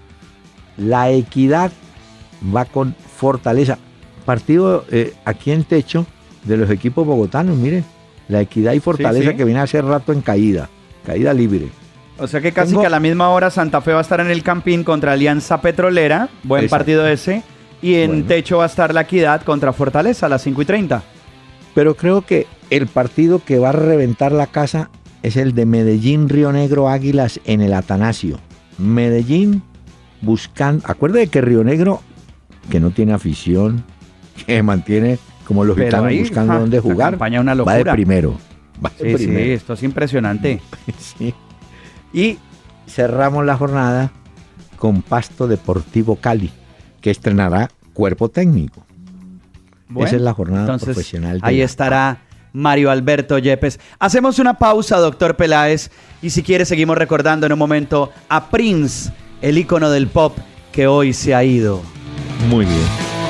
La Equidad va con Fortaleza. Partido aquí en techo de los equipos bogotanos, miren. La Equidad y Fortaleza, sí. que viene hace rato en caída libre. O sea que casi que a la misma hora Santa Fe va a estar en el Campín contra Alianza Petrolera. Buen Exacto. partido ese. Y en Bueno. techo va a estar la Equidad contra Fortaleza a las 5:30. Pero creo que el partido que va a reventar la casa es el de Medellín Río Negro Águilas en el Atanasio. Medellín buscando, acuérdate que Río Negro, que no tiene afición, que mantiene como los Pero gitanos ahí, buscando dónde la jugar, campaña es una va locura. de primero. Va de Sí, primero. esto es impresionante. Sí. Y cerramos la jornada con Pasto Deportivo Cali, que estrenará cuerpo técnico. Bueno, Esa es la jornada entonces, profesional. de ahí la- estará Mario Alberto Yepes. Hacemos una pausa, doctor Peláez, y si quiere seguimos recordando en un momento a Prince, el ícono del pop que hoy se ha ido. Muy bien.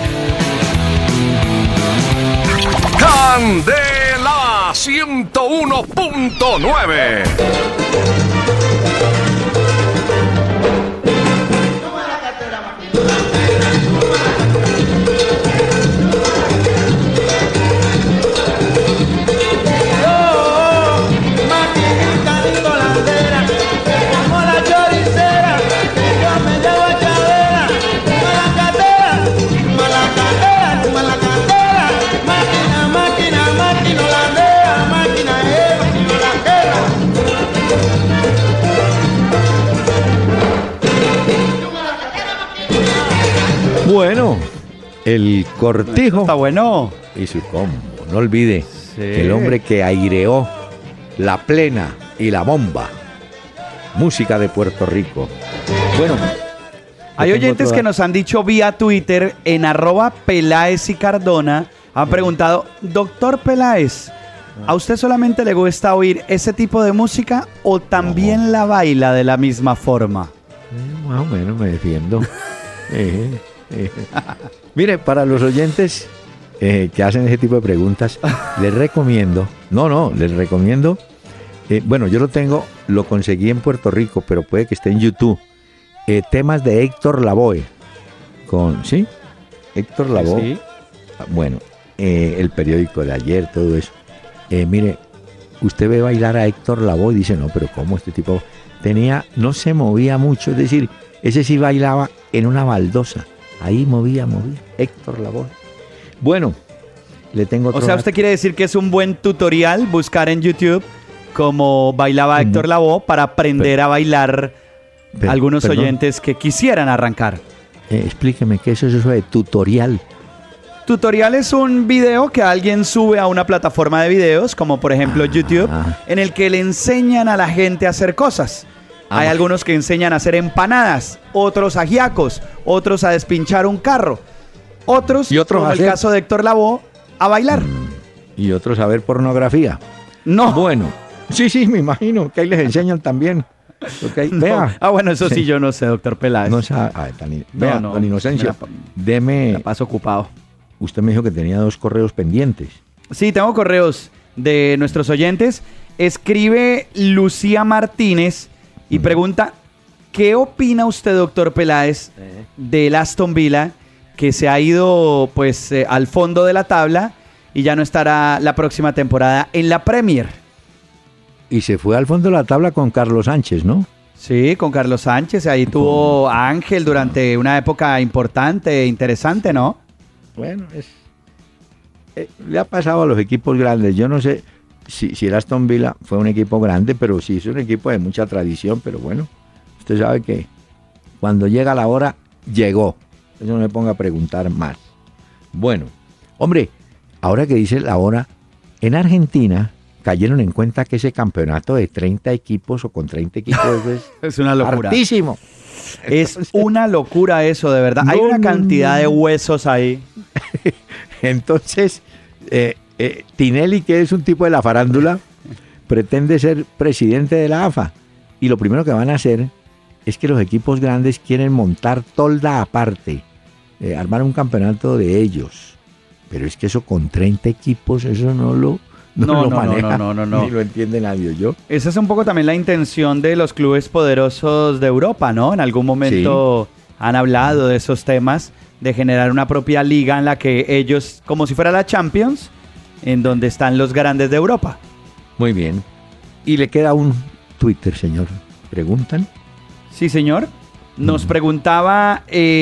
Candela 101.9. Maquinita de voladera, como la choricera, que yo me llevo a cadera, malacatera, máquina holandera, máquina Eva, sino la quera. Bueno, el Cortijo Está bueno. y su combo. No olvide Sí. que el hombre que aireó la plena y la bomba. Música de Puerto Rico. Bueno. Hay yo tengo oyentes otro que nos han dicho vía Twitter en @Peláez y Cardona, han preguntado, doctor Peláez, ¿a usted solamente le gusta oír ese tipo de música o también la baila de la misma forma? Más o menos me defiendo. Mire, para los oyentes que hacen ese tipo de preguntas, les recomiendo, les recomiendo, bueno, yo lo conseguí en Puerto Rico, pero puede que esté en YouTube, temas de Héctor Lavoe, ¿sí? Héctor Lavoe, Sí. bueno, el periódico de ayer, todo eso. Mire, usted ve bailar a Héctor Lavoe y dice, no, pero ¿cómo este tipo no se movía mucho? Es decir, ese sí bailaba en una baldosa. Ahí movía. Héctor Lavoe. Bueno, le tengo otro O sea, dato. ¿usted quiere decir que es un buen tutorial buscar en YouTube cómo bailaba Héctor Lavoe para aprender a bailar algunos perdón. oyentes que quisieran arrancar? Explíqueme qué es eso de tutorial. Tutorial es un video que alguien sube a una plataforma de videos, como por ejemplo YouTube, en el que le enseñan a la gente a hacer cosas. Hay algunos que enseñan a hacer empanadas, otros ajiacos, otros a despinchar un carro, otros, Y otros como a el hacer- caso de Héctor Lavoe, a bailar. Y otros a ver pornografía. No. Bueno, sí, me imagino que ahí les enseñan también. Ok, No. vea. Ah, bueno, eso sí yo no sé, doctor Peláez. No sabe. Vea, no, don Inocencio, me la paso ocupado. Usted me dijo que tenía 2 correos pendientes. Sí, tengo correos de nuestros oyentes. Escribe Lucía Martínez y pregunta, ¿Qué opina usted, doctor Peláez, del Aston Villa, que se ha ido pues al fondo de la tabla y ya no estará la próxima temporada en la Premier? Y se fue al fondo de la tabla con Carlos Sánchez, ¿no? Sí, con Carlos Sánchez. Ahí tuvo a Ángel durante una época importante, interesante, ¿no? Bueno, le ha pasado a los equipos grandes. Yo no sé si el Aston Villa fue un equipo grande, pero sí es un equipo de mucha tradición. Pero bueno, usted sabe que cuando llega la hora, llegó. Eso no me ponga a preguntar más. Bueno, hombre, ahora que dice la hora, en Argentina cayeron en cuenta que ese campeonato de 30 equipos o con 30 equipos es una locura. Hartísimo. Es una locura eso, de verdad. Hay una cantidad de huesos ahí. Entonces, Tinelli, que es un tipo de la farándula, pretende ser presidente de la AFA. Y lo primero que van a hacer es que los equipos grandes quieren montar tolda aparte, armar un campeonato de ellos. Pero es que eso con 30 equipos, eso no lo maneja, no. ni lo entiende nadie, yo. Esa es un poco también la intención de los clubes poderosos de Europa, ¿no? En algún momento han hablado de esos temas, de generar una propia liga en la que ellos, como si fuera la Champions, en donde están los grandes de Europa. Muy bien. Y le queda un Twitter, señor. ¿Preguntan? Sí, señor. Nos preguntaba,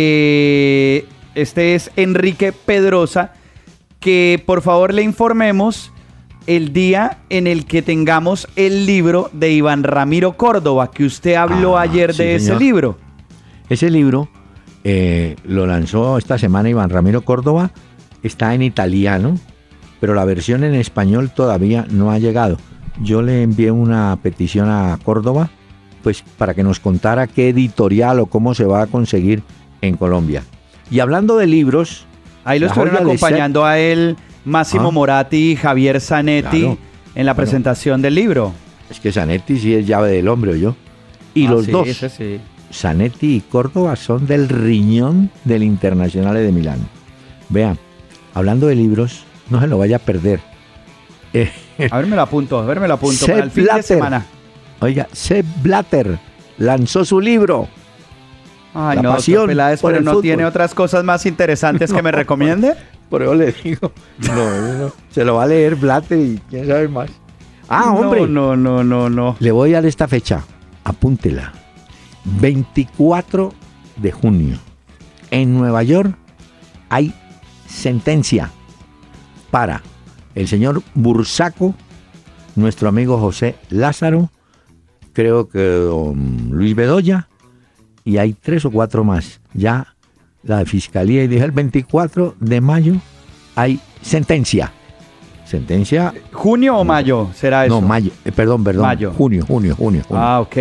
este es Enrique Pedrosa, que por favor le informemos el día en el que tengamos el libro de Iván Ramiro Córdoba, que usted habló ayer sí, de señor. ese libro. Ese libro lo lanzó esta semana Iván Ramiro Córdoba, está en italiano, pero la versión en español todavía no ha llegado. Yo le envié una petición a Córdoba, pues para que nos contara qué editorial o cómo se va a conseguir en Colombia. Y hablando de libros... Ahí lo estuvieron acompañando a él Máximo Moratti y Javier Zanetti, claro, en la presentación del libro. Es que Zanetti sí es llave del hombre, ¿oyó? Y los dos, sí. Zanetti y Córdoba, son del riñón del Internazionale de Milán. Vean, hablando de libros, no se lo vaya a perder. A ver, me lo apunto para el fin de semana. Oiga, Sepp Blatter lanzó su libro. Ay, La no, pasión Peláez, por pero el no fútbol. ¿Tiene otras cosas más interesantes que me recomiende? Por eso le digo, no, se lo va a leer Blatter y quién sabe más. Hombre. No. Le voy a dar esta fecha, apúntela. 24 de junio. En Nueva York hay sentencia para el señor Bursaco, nuestro amigo José Lázaro, creo que don Luis Bedoya, y hay 3 o 4 más. Ya la Fiscalía, y dije el 24 de mayo hay sentencia. ¿Sentencia? ¿Junio o mayo será eso? No, mayo, perdón. Mayo. Junio. Ah, ok.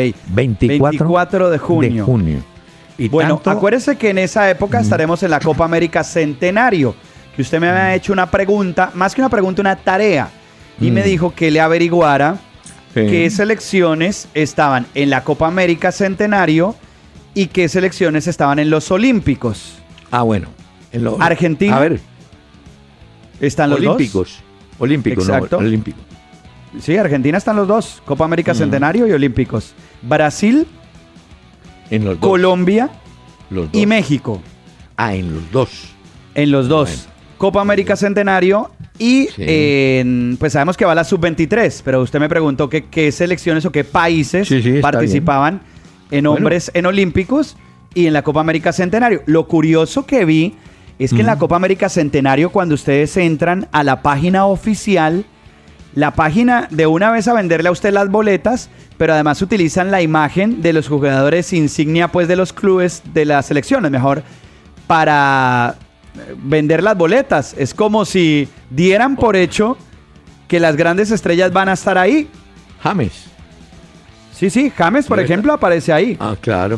24 de junio. Y bueno, tanto, acuérdese que en esa época estaremos en la Copa América Centenario, que usted me había hecho una pregunta, más que una pregunta, una tarea, y me dijo que le averiguara qué selecciones estaban en la Copa América Centenario y qué selecciones estaban en los Olímpicos. Bueno. Argentina. A ver. ¿Están los Olímpicos. Olímpicos, exacto. No, Olímpicos. Sí, Argentina están los dos, Copa América Centenario y Olímpicos. Brasil, en los dos. Colombia los dos. y México. En los dos. En los dos. Bueno. Copa América Centenario y pues sabemos que va la sub-23, pero usted me preguntó qué selecciones o qué países participaban en hombres en Olímpicos y en la Copa América Centenario. Lo curioso que vi es que en la Copa América Centenario, cuando ustedes entran a la página oficial, la página de una vez a venderle a usted las boletas, pero además utilizan la imagen de los jugadores insignia pues de los clubes de las selecciones, mejor, para vender las boletas. Es como si dieran por hecho que las grandes estrellas van a estar ahí. James. Sí, James, por ejemplo, aparece ahí. Claro.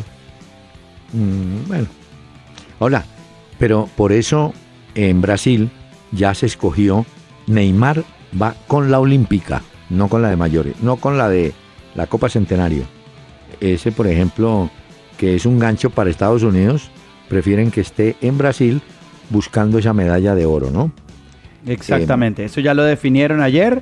Bueno. Hola. Pero por eso en Brasil ya se escogió, Neymar va con la olímpica, no con la de mayores, no con la de la Copa Centenario. Ese, por ejemplo, que es un gancho para Estados Unidos, prefieren que esté en Brasil buscando esa medalla de oro, ¿no? Exactamente, eso ya lo definieron ayer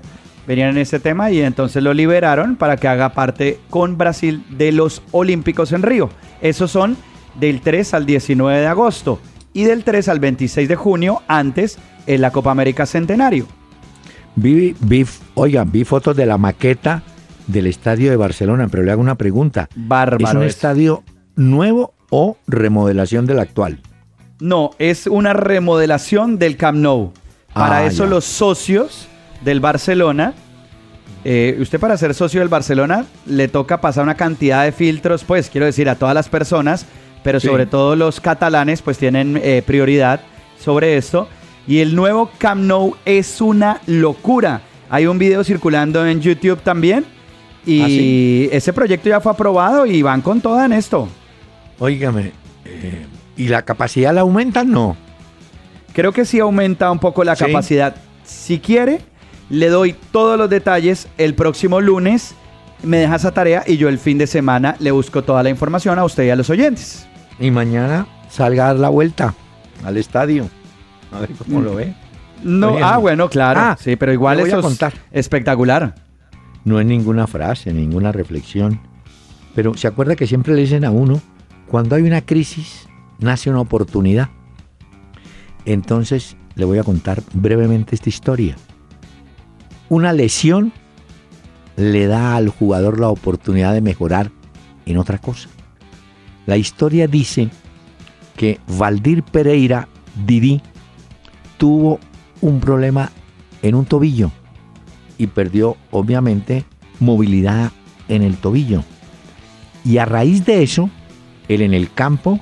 venían en este tema y entonces lo liberaron para que haga parte con Brasil de los Olímpicos en Río. Esos son del 3 al 19 de agosto y del 3 al 26 de junio, antes en la Copa América Centenario. Vi fotos de la maqueta del estadio de Barcelona, pero le hago una pregunta. Bárbaro. ¿Es un estadio nuevo o remodelación del actual? No, es una remodelación del Camp Nou. Para eso ya. los socios del Barcelona, usted para ser socio del Barcelona le toca pasar una cantidad de filtros, pues quiero decir a todas las personas, pero Sí. sobre todo los catalanes pues tienen prioridad sobre esto. Y el nuevo Camp Nou es una locura. Hay un video circulando en YouTube también y ¿Ah, sí? ese proyecto ya fue aprobado y van con toda en esto. Óigame, ¿y la capacidad la aumentan? No. Creo que sí aumenta un poco la Sí. capacidad. Si quiere, le doy todos los detalles el próximo lunes. Me deja esa tarea y yo el fin de semana le busco toda la información a usted y a los oyentes. Y mañana salga a dar la vuelta al estadio. A ver cómo lo ve. No, Óigame. bueno, claro. Sí, pero igual le voy eso a es contar. espectacular. No es ninguna frase, ninguna reflexión. Pero se acuerda que siempre le dicen a uno, cuando hay una crisis, nace una oportunidad. Entonces, le voy a contar brevemente esta historia. Una lesión le da al jugador la oportunidad de mejorar en otra cosa. La historia dice que Valdir Pereira, Didi, tuvo un problema en un tobillo y perdió, obviamente, movilidad en el tobillo. Y a raíz de eso, él en el campo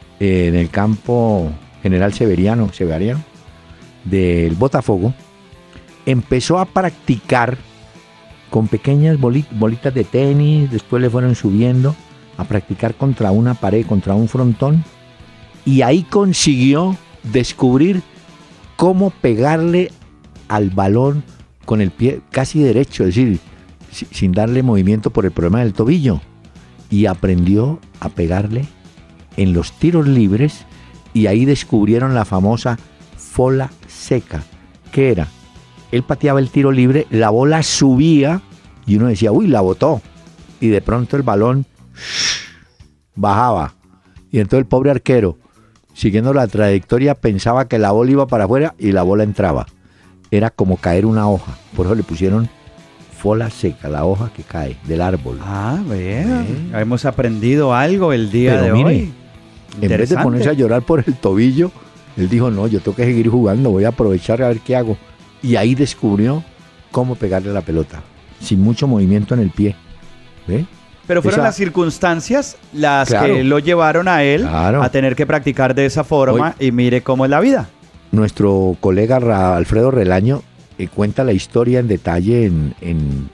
General Severiano del Botafogo, empezó a practicar con pequeñas bolitas de tenis, después le fueron subiendo a practicar contra una pared, contra un frontón, y ahí consiguió descubrir cómo pegarle al balón con el pie casi derecho, es decir, sin darle movimiento por el problema del tobillo, y aprendió a pegarle en los tiros libres, y ahí descubrieron la famosa fola seca. ¿Qué era? Él pateaba el tiro libre, la bola subía y uno decía, uy, la botó, y de pronto el balón bajaba, y entonces el pobre arquero, siguiendo la trayectoria, pensaba que la bola iba para afuera y la bola entraba. Era como caer una hoja, por eso le pusieron fola seca, la hoja que cae del árbol. Ah, bien. Hemos aprendido algo el día de mire, hoy. en vez de ponerse a llorar por el tobillo, él dijo, no, yo tengo que seguir jugando, voy a aprovechar a ver qué hago. Y ahí descubrió cómo pegarle la pelota, sin mucho movimiento en el pie. ¿Ve? Pero fueron Esa- las circunstancias las Claro. que lo llevaron a él Claro. a tener que practicar de esa forma y mire cómo es la vida. Nuestro colega Alfredo Relaño cuenta la historia en detalle en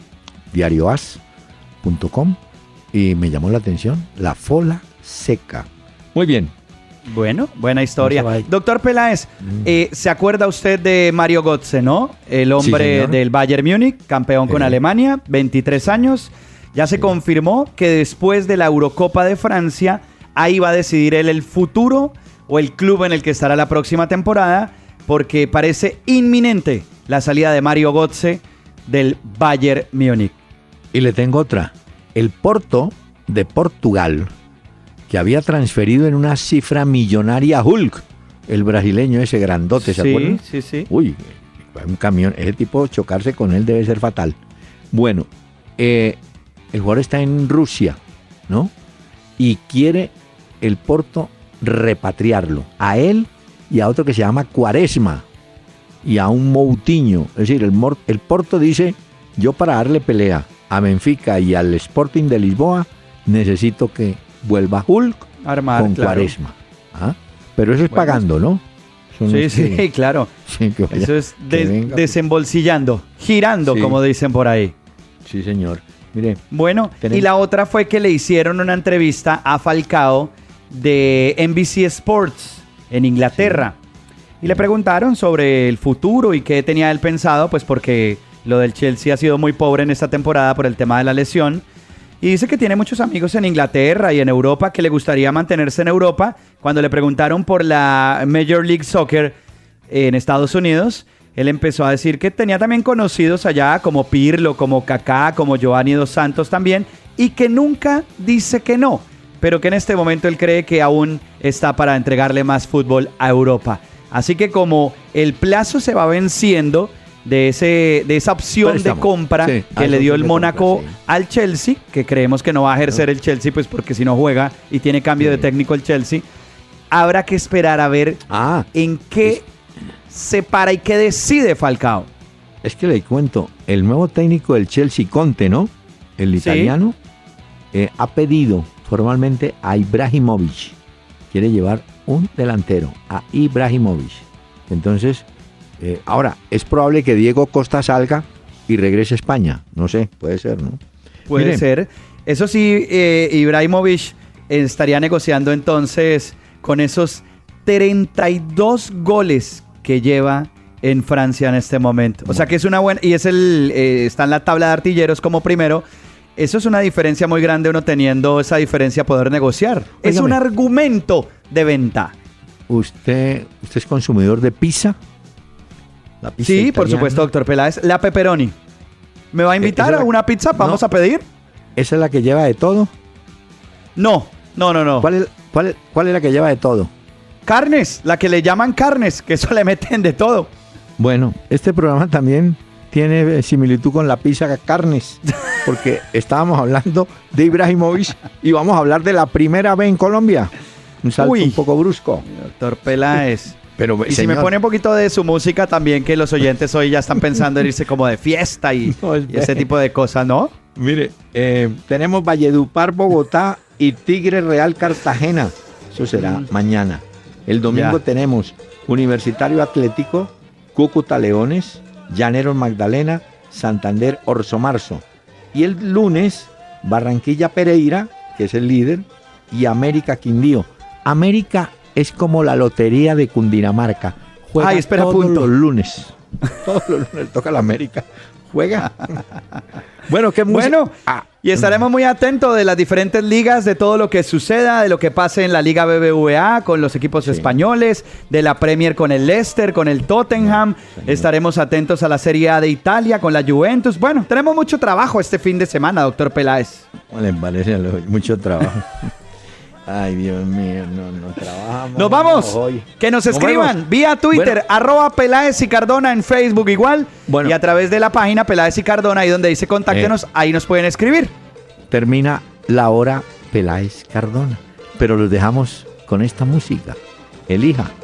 diarioas.com y me llamó la atención, la fola seca. Muy bien. Bueno, buena historia. No se vaya. Doctor Peláez, ¿se acuerda usted de Mario Götze, no? El hombre señor. del Bayern Múnich, campeón con Sí. Alemania, 23 años. Ya se confirmó que después de la Eurocopa de Francia, ahí va a decidir él el futuro o el club en el que estará la próxima temporada, porque parece inminente la salida de Mario Götze del Bayern Múnich. Y le tengo otra. El Porto de Portugal, que había transferido en una cifra millonaria a Hulk, el brasileño ese grandote, ¿se acuerdan? Sí, sí. Uy, un camión, ese tipo, chocarse con él debe ser fatal. Bueno, el jugador está en Rusia, ¿no? Y quiere el Porto repatriarlo, a él y a otro que se llama Quaresma, y a un Moutinho. Es decir, el Porto dice, yo para darle pelea a Benfica y al Sporting de Lisboa, necesito que vuelva Hulk Armar, con claro. Quaresma. ¿Ah? Pero eso es Bueno, pagando, ¿no? Eso no Sí, es que- sí, claro. sí, que vaya- Eso es que venga. desembolsillando, girando, Sí. como dicen por ahí. Sí, señor. Mire, Bueno, Tenemos- y la otra fue que le hicieron una entrevista a Falcao de NBC Sports en Inglaterra. Y le preguntaron sobre el futuro y qué tenía él pensado, pues porque lo del Chelsea ha sido muy pobre en esta temporada por el tema de la lesión. Y dice que tiene muchos amigos en Inglaterra y en Europa, que le gustaría mantenerse en Europa. Cuando le preguntaron por la Major League Soccer en Estados Unidos, él empezó a decir que tenía también conocidos allá como Pirlo, como Kaká, como Giovanni Dos Santos también, y que nunca dice que no, pero que en este momento él cree que aún está para entregarle más fútbol a Europa. Así que como el plazo se va venciendo de esa opción Préstamo. de compra Sí, que le dio el de Mónaco compra, sí. al Chelsea, que creemos que no va a ejercer el Chelsea, pues porque si no juega y tiene cambio de técnico el Chelsea, habrá que esperar a ver en qué se para y qué decide Falcao. Es que le cuento, el nuevo técnico del Chelsea, Conte, ¿no? El italiano, ha pedido formalmente a Ibrahimovic. Quiere llevar un delantero, a Ibrahimovic. Entonces, ahora, es probable que Diego Costa salga y regrese a España. No sé, puede ser, ¿no? Puede Miren, ser. Eso sí, Ibrahimovic estaría negociando entonces con esos 32 goles que lleva en Francia en este momento. O sea que es una buena... Y es está en la tabla de artilleros como primero. Eso es una diferencia muy grande, uno teniendo esa diferencia poder negociar. Es un argumento de venta. ¿Usted es consumidor de pizza? ¿La pizza Sí, por italiana? supuesto, doctor Peláez. La pepperoni. ¿Me va a invitar esa es a la- una pizza? ¿Vamos No. a pedir? ¿Esa es la que lleva de todo? No. ¿Cuál es la que lleva de todo? Carnes, la que le llaman carnes, que eso le meten de todo. Bueno, este programa también tiene similitud con la pizza carnes, porque estábamos hablando de Ibrahimovic y vamos a hablar de la primera B en Colombia. Un salto Uy. un poco brusco. Doctor Peláez. Pero, Y si me pone un poquito de su música también, que los oyentes hoy ya están pensando en irse como de fiesta y, No, y ese tipo de cosas, ¿no? Mire, tenemos Valledupar, Bogotá y Tigre Real Cartagena. Eso será mañana. El domingo Ya. tenemos Universitario Atlético, Cúcuta Leones, Llaneros Magdalena, Santander Orso Marzo. Y el lunes, Barranquilla Pereira, que es el líder, y América Quindío. América es como la lotería de Cundinamarca. Juega Ay, espera, todos punto. los lunes. Todos los lunes toca la América. Juega. Bueno, qué música. Bueno, y estaremos muy atentos de las diferentes ligas, de todo lo que suceda, de lo que pase en la Liga BBVA con los equipos españoles, de la Premier con el Leicester, con el Tottenham. Estaremos atentos a la Serie A de Italia con la Juventus. Bueno, tenemos mucho trabajo este fin de semana, doctor Peláez. Les parece mucho trabajo. Ay, Dios mío, no trabajamos. Nos vamos. Hoy. Que nos Nos escriban vemos. vía Twitter, Bueno. @Peláez y Cardona en Facebook igual. Bueno. Y a través de la página Peláez y Cardona, ahí donde dice contáctenos, ahí nos pueden escribir. Termina la hora Peláez Cardona. Pero los dejamos con esta música. Elija.